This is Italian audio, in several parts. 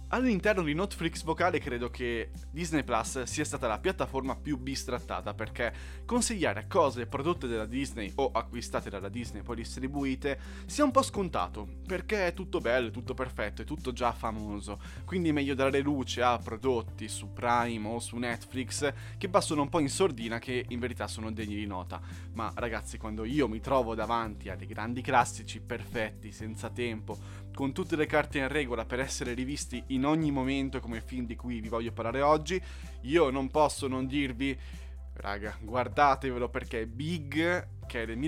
All'interno di Netflix vocale credo che Disney Plus sia stata la piattaforma più bistrattata, perché consigliare cose prodotte dalla Disney o acquistate dalla Disney e poi distribuite sia un po' scontato, perché è tutto bello, è tutto perfetto, è tutto già famoso, quindi è meglio dare luce a prodotti su Prime o su Netflix che passano un po' in sordina, che in verità sono degni di nota. Ma ragazzi, quando io mi trovo davanti a dei grandi classici perfetti, senza tempo, con tutte le carte in regola per essere rivisti in ogni momento come il film di cui vi voglio parlare oggi, io non posso non dirvi, raga, guardatevelo, perché Big, che è del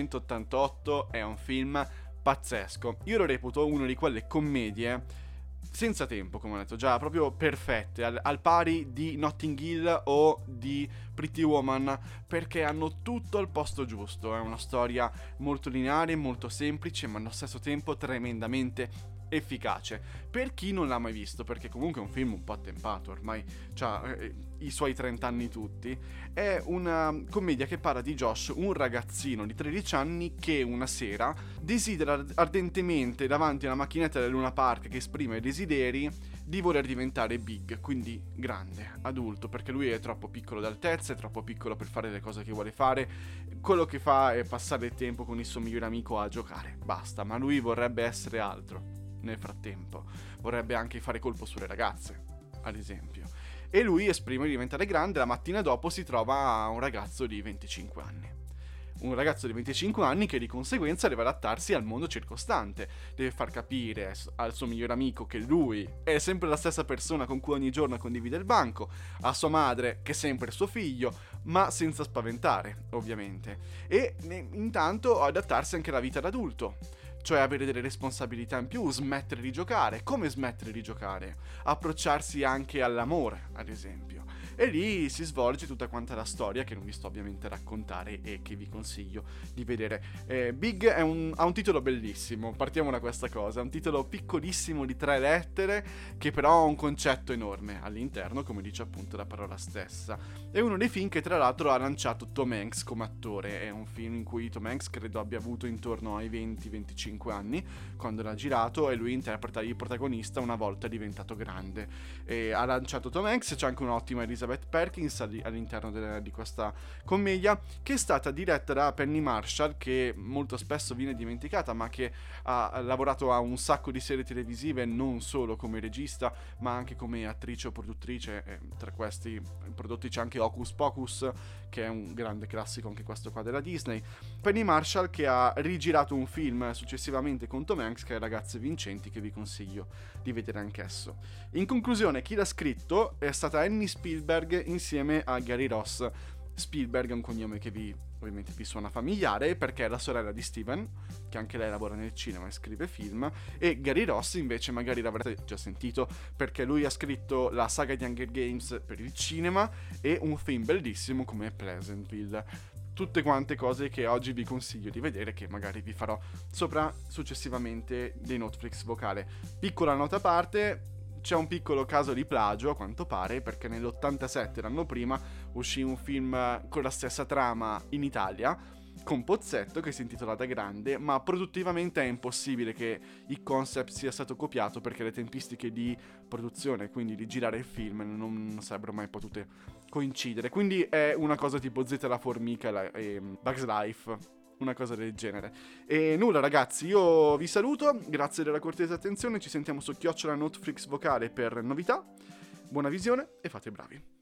1988, è un film pazzesco. Io lo reputo una di quelle commedie senza tempo, come ho detto già, proprio perfette, al pari di Notting Hill o di Pretty Woman, perché hanno tutto al posto giusto. È una storia molto lineare, molto semplice, ma allo stesso tempo tremendamente efficace. Per chi non l'ha mai visto, perché comunque è un film un po' attempato, ormai ha i suoi 30 anni tutti, è una commedia che parla di Josh, un ragazzino di 13 anni che una sera desidera ardentemente, davanti a una macchinetta del Luna Park che esprime desideri, di voler diventare big, quindi grande, adulto, perché lui è troppo piccolo d'altezza, è troppo piccolo per fare le cose che vuole fare. Quello che fa è passare il tempo con il suo migliore amico a giocare, basta, ma lui vorrebbe essere altro. Nel frattempo vorrebbe anche fare colpo sulle ragazze, ad esempio, e lui esprime di diventare grande. La mattina dopo si trova un ragazzo di 25 anni. Un ragazzo di 25 anni che di conseguenza deve adattarsi al mondo circostante, deve far capire al suo migliore amico che lui è sempre la stessa persona con cui ogni giorno condivide il banco, a sua madre che è sempre suo figlio, ma senza spaventare, ovviamente, e intanto adattarsi anche alla vita d'adulto, cioè avere delle responsabilità in più, smettere di giocare. Come smettere di giocare? Approcciarsi anche all'amore, ad esempio. E lì si svolge tutta quanta la storia, che non vi sto ovviamente a raccontare e che vi consiglio di vedere. Big ha un titolo bellissimo, partiamo da questa cosa, è un titolo piccolissimo di 3 lettere, che però ha un concetto enorme all'interno, come dice appunto la parola stessa. È uno dei film che tra l'altro ha lanciato Tom Hanks come attore, è un film in cui Tom Hanks credo abbia avuto intorno ai 20-25 anni quando l'ha girato, e lui interpreta il protagonista una volta diventato grande. Ha lanciato Tom Hanks, c'è anche un'ottima Elizabeth Perkins all'interno di questa commedia, che è stata diretta da Penny Marshall, che molto spesso viene dimenticata, ma che ha lavorato a un sacco di serie televisive, non solo come regista ma anche come attrice o produttrice. Tra questi prodotti c'è anche Hocus Pocus, che è un grande classico anche questo qua della Disney. Penny Marshall, che ha rigirato un film successivamente con Tom Hanks, che è Ragazze Vincenti, che vi consiglio di vedere anch'esso. In conclusione, chi l'ha scritto è stata Annie Spielberg insieme a Gary Ross. Spielberg è un cognome che ovviamente vi suona familiare, perché è la sorella di Steven, che anche lei lavora nel cinema e scrive film, e Gary Ross invece magari l'avrete già sentito, perché lui ha scritto la saga di Hunger Games per il cinema e un film bellissimo come Pleasantville. Tutte quante cose che oggi vi consiglio di vedere, che magari vi farò sopra successivamente dei Netflix vocale. Piccola nota a parte, c'è un piccolo caso di plagio a quanto pare, perché nell'87, l'anno prima, uscì un film con la stessa trama in Italia, con Pozzetto, che si intitola Da Grande, ma produttivamente è impossibile che il concept sia stato copiato, perché le tempistiche di produzione, quindi di girare il film, non sarebbero mai potute coincidere. Quindi è una cosa tipo Z la formica e Bugs Life, una cosa del genere. E nulla ragazzi, io vi saluto, grazie della cortese attenzione, ci sentiamo su @ Netflix vocale per novità. Buona visione e fate i bravi.